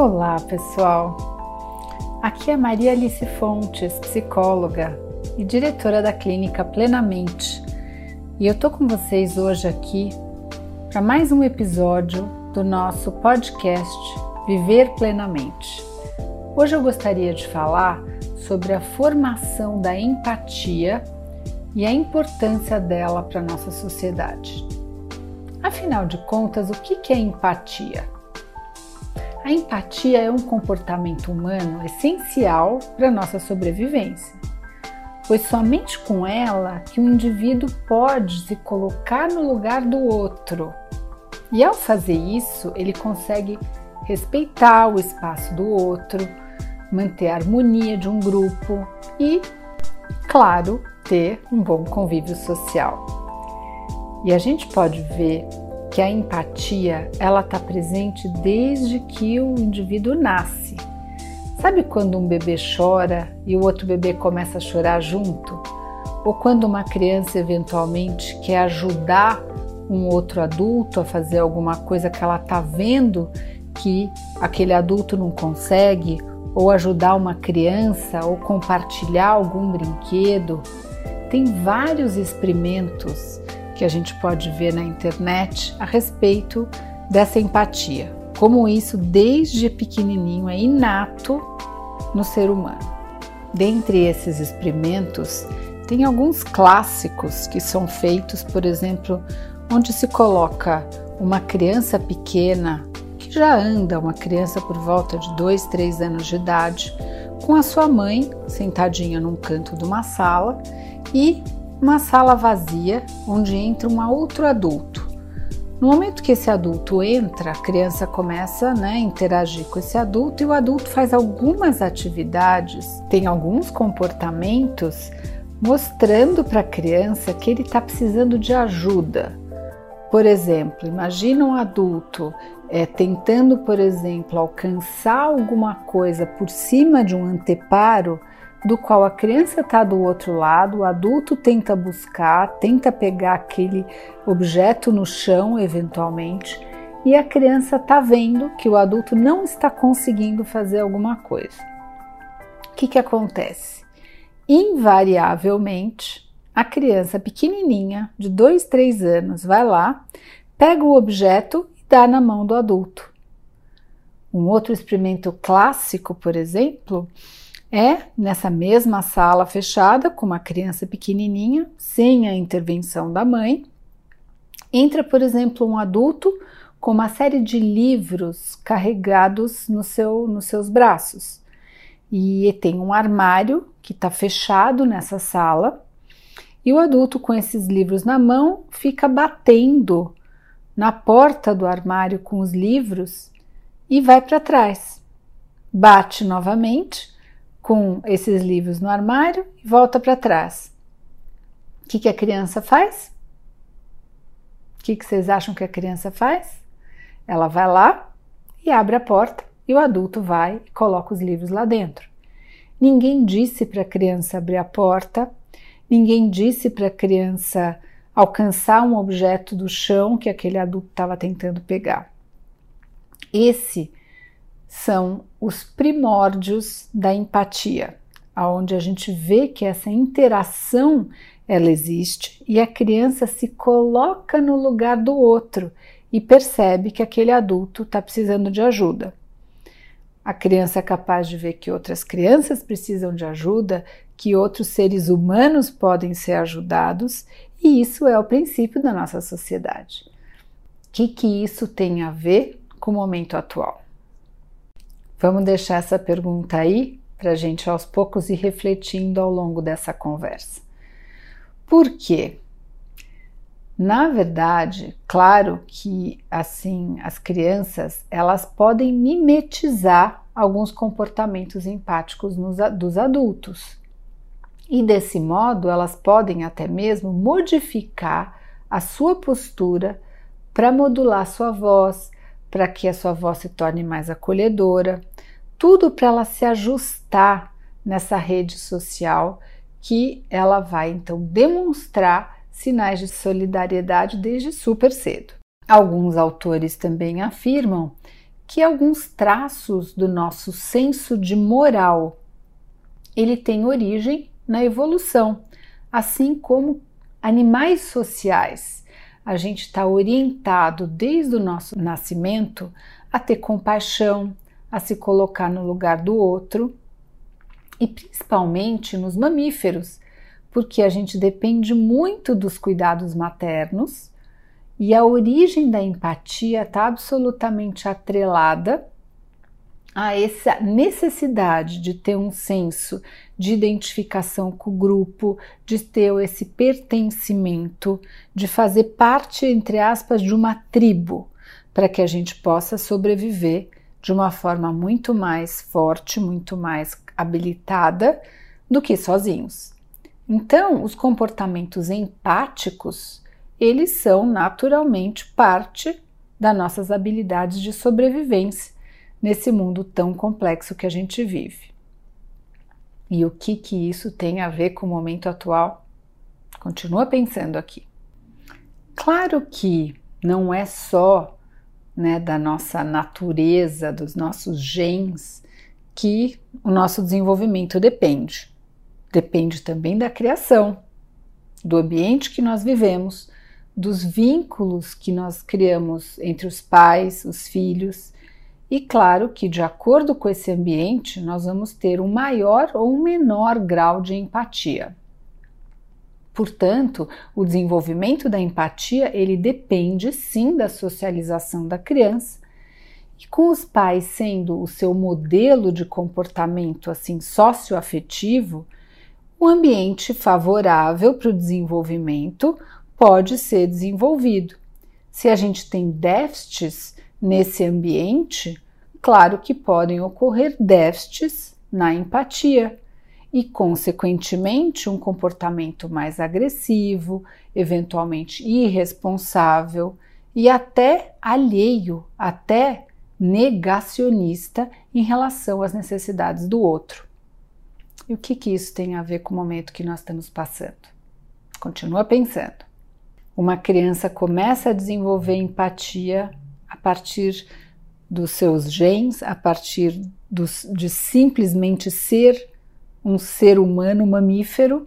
Olá, pessoal! Aqui é Maria Alice Fontes, psicóloga e diretora da clínica Plenamente. E eu tô com vocês hoje aqui para mais um episódio do nosso podcast Viver Plenamente. Hoje eu gostaria de falar sobre a formação da empatia e a importância dela para a nossa sociedade. Afinal de contas, o que é empatia? A empatia é um comportamento humano essencial para a nossa sobrevivência, pois somente com ela que o indivíduo pode se colocar no lugar do outro. E ao fazer isso, ele consegue respeitar o espaço do outro, manter a harmonia de um grupo e, claro, ter um bom convívio social. E a gente pode ver que a empatia, ela está presente desde que o indivíduo nasce. Sabe quando um bebê chora e o outro bebê começa a chorar junto? Ou quando uma criança eventualmente quer ajudar um outro adulto a fazer alguma coisa que ela está vendo que aquele adulto não consegue, ou ajudar uma criança, ou compartilhar algum brinquedo? Tem vários experimentos que a gente pode ver na internet a respeito dessa empatia, como isso desde pequenininho é inato no ser humano. Dentre esses experimentos, tem alguns clássicos que são feitos, por exemplo, onde se coloca uma criança pequena, que já anda, uma criança por volta de 2, 3 anos de idade, com a sua mãe sentadinha num canto de uma sala e uma sala vazia onde entra um outro adulto. No momento que esse adulto entra, a criança começa a interagir com esse adulto e o adulto faz algumas atividades, tem alguns comportamentos mostrando para a criança que ele está precisando de ajuda. Por exemplo, imagina um adulto tentando, por exemplo, alcançar alguma coisa por cima de um anteparo do qual a criança está do outro lado, o adulto tenta buscar, tenta pegar aquele objeto no chão eventualmente, e a criança está vendo que o adulto não está conseguindo fazer alguma coisa. O que acontece? Invariavelmente, a criança pequenininha, de 2, 3 anos, vai lá, pega o objeto e dá na mão do adulto. Um outro experimento clássico, por exemplo, é nessa mesma sala fechada, com uma criança pequenininha, sem a intervenção da mãe, entra, por exemplo, um adulto com uma série de livros carregados nos seus braços. E tem um armário que está fechado nessa sala, e o adulto com esses livros na mão fica batendo na porta do armário com os livros e vai para trás. Bate novamente com esses livros no armário e volta para trás. O que a criança faz? O que vocês acham que a criança faz? Ela vai lá e abre a porta e o adulto vai e coloca os livros lá dentro. Ninguém disse para a criança abrir a porta, ninguém disse para a criança alcançar um objeto do chão que aquele adulto estava tentando pegar. Esses são os primórdios da empatia, onde a gente vê que essa interação ela existe e a criança se coloca no lugar do outro e percebe que aquele adulto está precisando de ajuda. A criança é capaz de ver que outras crianças precisam de ajuda, que outros seres humanos podem ser ajudados, e isso é o princípio da nossa sociedade. O que isso tem a ver com o momento atual? Vamos deixar essa pergunta aí para a gente aos poucos ir refletindo ao longo dessa conversa. Por quê? Na verdade, claro que assim as crianças elas podem mimetizar alguns comportamentos empáticos dos adultos. E desse modo elas podem até mesmo modificar a sua postura para modular sua voz, para que a sua voz se torne mais acolhedora, tudo para ela se ajustar nessa rede social que ela vai então demonstrar sinais de solidariedade desde super cedo. Alguns autores também afirmam que alguns traços do nosso senso de moral, ele tem origem na evolução, assim como animais sociais. A gente está orientado desde o nosso nascimento a ter compaixão, a se colocar no lugar do outro, e principalmente nos mamíferos, porque a gente depende muito dos cuidados maternos e a origem da empatia está absolutamente atrelada a essa necessidade de ter um senso de identificação com o grupo, de ter esse pertencimento, de fazer parte, entre aspas, de uma tribo, para que a gente possa sobreviver de uma forma muito mais forte, muito mais habilitada do que sozinhos. Então, os comportamentos empáticos, eles são naturalmente parte das nossas habilidades de sobrevivência nesse mundo tão complexo que a gente vive. E o que isso tem a ver com o momento atual? Continua pensando aqui. Claro que não é só, da nossa natureza, dos nossos genes, que o nosso desenvolvimento depende. Depende também da criação, do ambiente que nós vivemos, dos vínculos que nós criamos entre os pais, os filhos, e claro que de acordo com esse ambiente nós vamos ter um maior ou um menor grau de empatia. Portanto, o desenvolvimento da empatia, ele depende sim da socialização da criança, e com os pais sendo o seu modelo de comportamento assim socioafetivo, o ambiente favorável para o desenvolvimento pode ser desenvolvido. Se a gente tem déficits nesse ambiente, claro que podem ocorrer déficits na empatia e, consequentemente, um comportamento mais agressivo, eventualmente irresponsável e até alheio, até negacionista em relação às necessidades do outro. E o que isso tem a ver com o momento que nós estamos passando? Continua pensando. Uma criança começa a desenvolver empatia a partir dos seus genes, a partir de simplesmente ser um ser humano mamífero,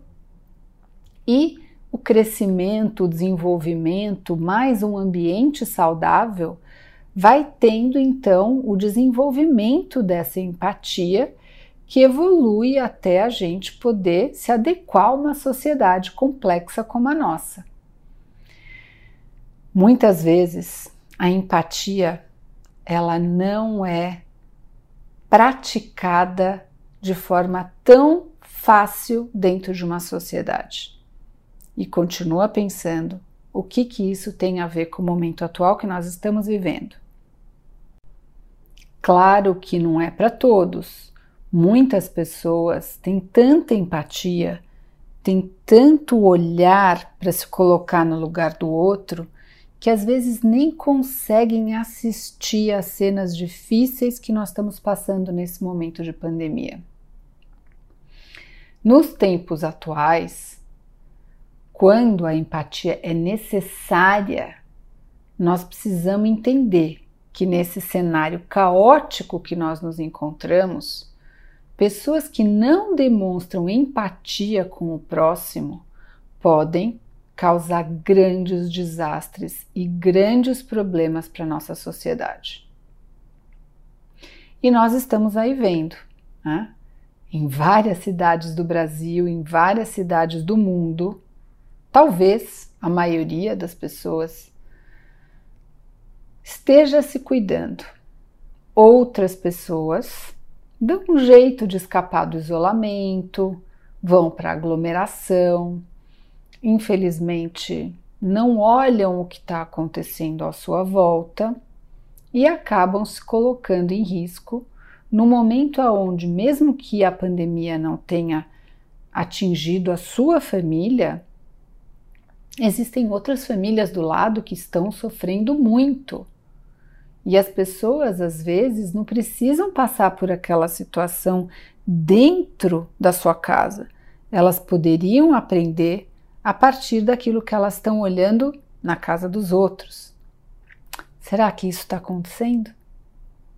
e o crescimento, o desenvolvimento, mais um ambiente saudável, vai tendo então o desenvolvimento dessa empatia que evolui até a gente poder se adequar a uma sociedade complexa como a nossa. Muitas vezes a empatia ela não é praticada de forma tão fácil dentro de uma sociedade. E continua pensando o que isso tem a ver com o momento atual que nós estamos vivendo. Claro que não é para todos. Muitas pessoas têm tanta empatia, têm tanto olhar para se colocar no lugar do outro, que às vezes nem conseguem assistir às cenas difíceis que nós estamos passando nesse momento de pandemia. Nos tempos atuais, quando a empatia é necessária, nós precisamos entender que nesse cenário caótico que nós nos encontramos, pessoas que não demonstram empatia com o próximo podem causar grandes desastres e grandes problemas para a nossa sociedade. E nós estamos aí vendo, né? Em várias cidades do Brasil, em várias cidades do mundo, talvez a maioria das pessoas esteja se cuidando. Outras pessoas dão um jeito de escapar do isolamento, vão para a aglomeração, infelizmente não olham o que está acontecendo à sua volta e acabam se colocando em risco no momento onde, mesmo que a pandemia não tenha atingido a sua família, existem outras famílias do lado que estão sofrendo muito. E as pessoas, às vezes, não precisam passar por aquela situação dentro da sua casa. Elas poderiam aprender a partir daquilo que elas estão olhando na casa dos outros. Será que isso está acontecendo?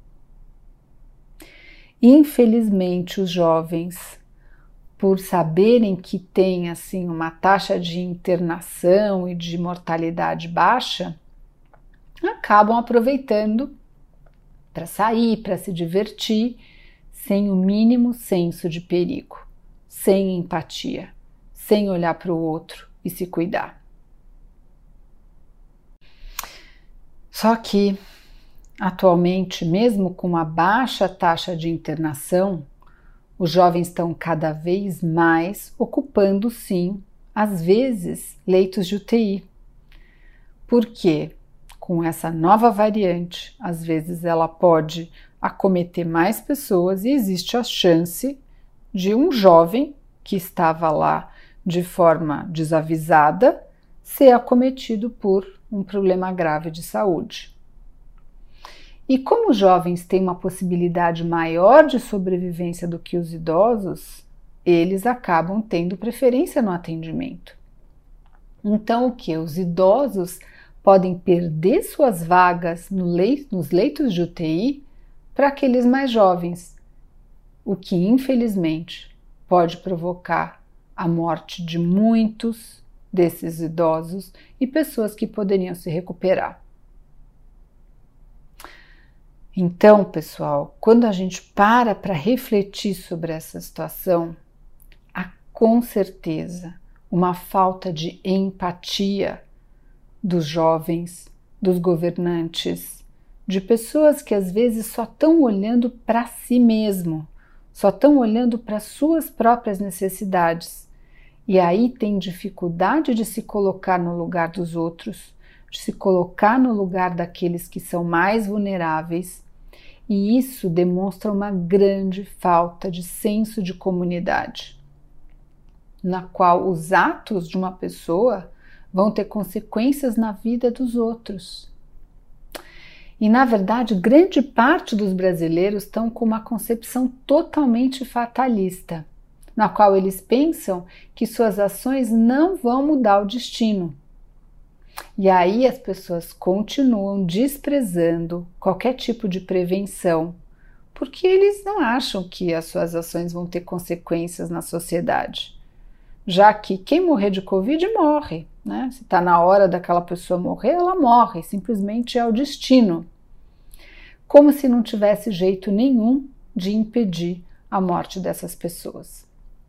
Infelizmente, os jovens, por saberem que tem assim uma taxa de internação e de mortalidade baixa, acabam aproveitando para sair, para se divertir, sem o mínimo senso de perigo, sem empatia, sem olhar para o outro e se cuidar. Só que, atualmente, mesmo com uma baixa taxa de internação, os jovens estão cada vez mais ocupando, sim, às vezes, leitos de UTI. Por quê? Com essa nova variante, às vezes ela pode acometer mais pessoas e existe a chance de um jovem que estava lá de forma desavisada ser acometido por um problema grave de saúde. E como os jovens têm uma possibilidade maior de sobrevivência do que os idosos, eles acabam tendo preferência no atendimento. Então, o que? Os idosos podem perder suas vagas nos leitos de UTI para aqueles mais jovens, o que infelizmente pode provocar a morte de muitos desses idosos e pessoas que poderiam se recuperar. Então, pessoal, quando a gente para refletir sobre essa situação, há com certeza uma falta de empatia dos jovens, dos governantes, de pessoas que às vezes só estão olhando para si mesmo, só estão olhando para suas próprias necessidades. E aí tem dificuldade de se colocar no lugar dos outros, de se colocar no lugar daqueles que são mais vulneráveis, e isso demonstra uma grande falta de senso de comunidade, na qual os atos de uma pessoa vão ter consequências na vida dos outros. E, na verdade, grande parte dos brasileiros estão com uma concepção totalmente fatalista, na qual eles pensam que suas ações não vão mudar o destino. E aí as pessoas continuam desprezando qualquer tipo de prevenção, porque eles não acham que as suas ações vão ter consequências na sociedade. Já que quem morrer de Covid morre, né? Se está na hora daquela pessoa morrer, ela morre, simplesmente é o destino. Como se não tivesse jeito nenhum de impedir a morte dessas pessoas.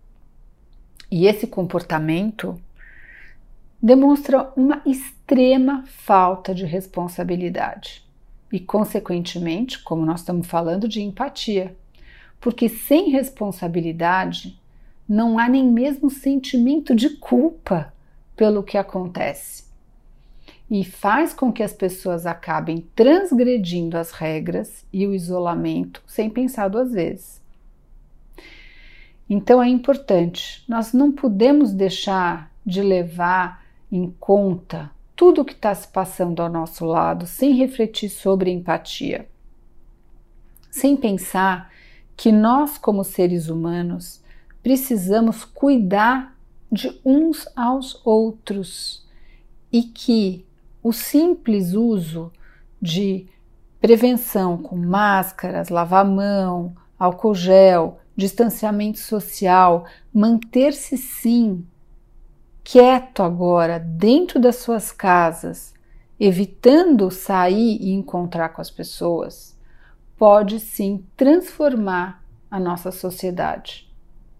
E esse comportamento demonstra uma extrema falta de responsabilidade e, consequentemente, como nós estamos falando, de empatia, porque sem responsabilidade não há nem mesmo sentimento de culpa pelo que acontece e faz com que as pessoas acabem transgredindo as regras e o isolamento sem pensar duas vezes. Então é importante, nós não podemos deixar de levar em conta tudo o que está se passando ao nosso lado, sem refletir sobre empatia, sem pensar que nós, como seres humanos, precisamos cuidar de uns aos outros e que o simples uso de prevenção com máscaras, lavar a mão, álcool gel, distanciamento social, manter-se sim quieto agora, dentro das suas casas, evitando sair e encontrar com as pessoas, pode sim transformar a nossa sociedade.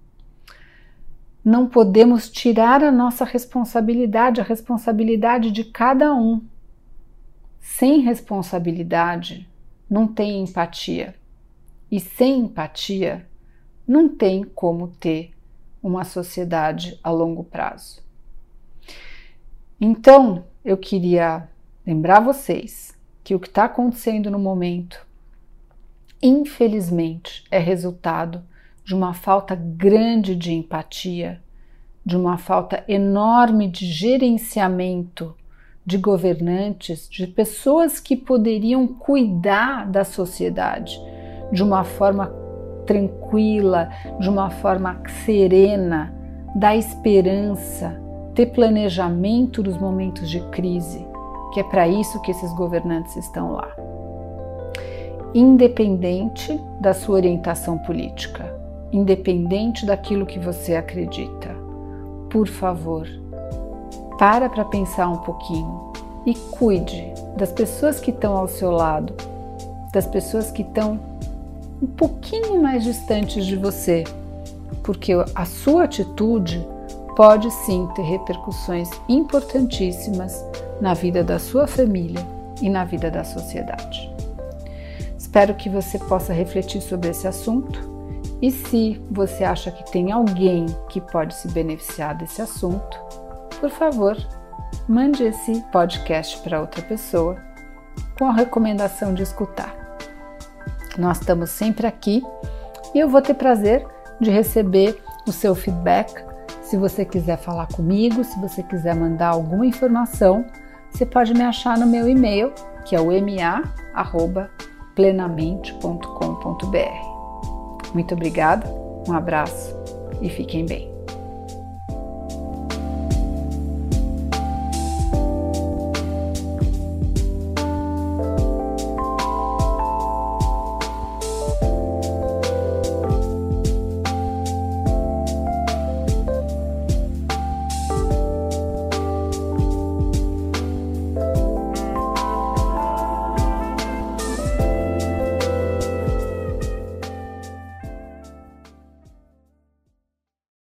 Não podemos tirar a nossa responsabilidade, a responsabilidade de cada um. Sem responsabilidade, não tem empatia. E sem empatia, não tem como ter uma sociedade a longo prazo. Então, eu queria lembrar vocês que o que está acontecendo no momento, infelizmente, é resultado de uma falta grande de empatia, de uma falta enorme de gerenciamento de governantes, de pessoas que poderiam cuidar da sociedade de uma forma tranquila, de uma forma serena, dar esperança, ter planejamento nos momentos de crise, que é para isso que esses governantes estão lá. independente da sua orientação política, independente daquilo que você acredita. Por favor, para pensar um pouquinho e cuide das pessoas que estão ao seu lado, das pessoas que estão um pouquinho mais distantes de você, porque a sua atitude pode sim ter repercussões importantíssimas na vida da sua família e na vida da sociedade. Espero que você possa refletir sobre esse assunto e se você acha que tem alguém que pode se beneficiar desse assunto, por favor, mande esse podcast para outra pessoa com a recomendação de escutar. Nós estamos sempre aqui e eu vou ter prazer de receber o seu feedback. Se você quiser falar comigo, se você quiser mandar alguma informação, você pode me achar no meu e-mail, que é o ma@plenamente.com.br. Muito obrigada, um abraço e fiquem bem.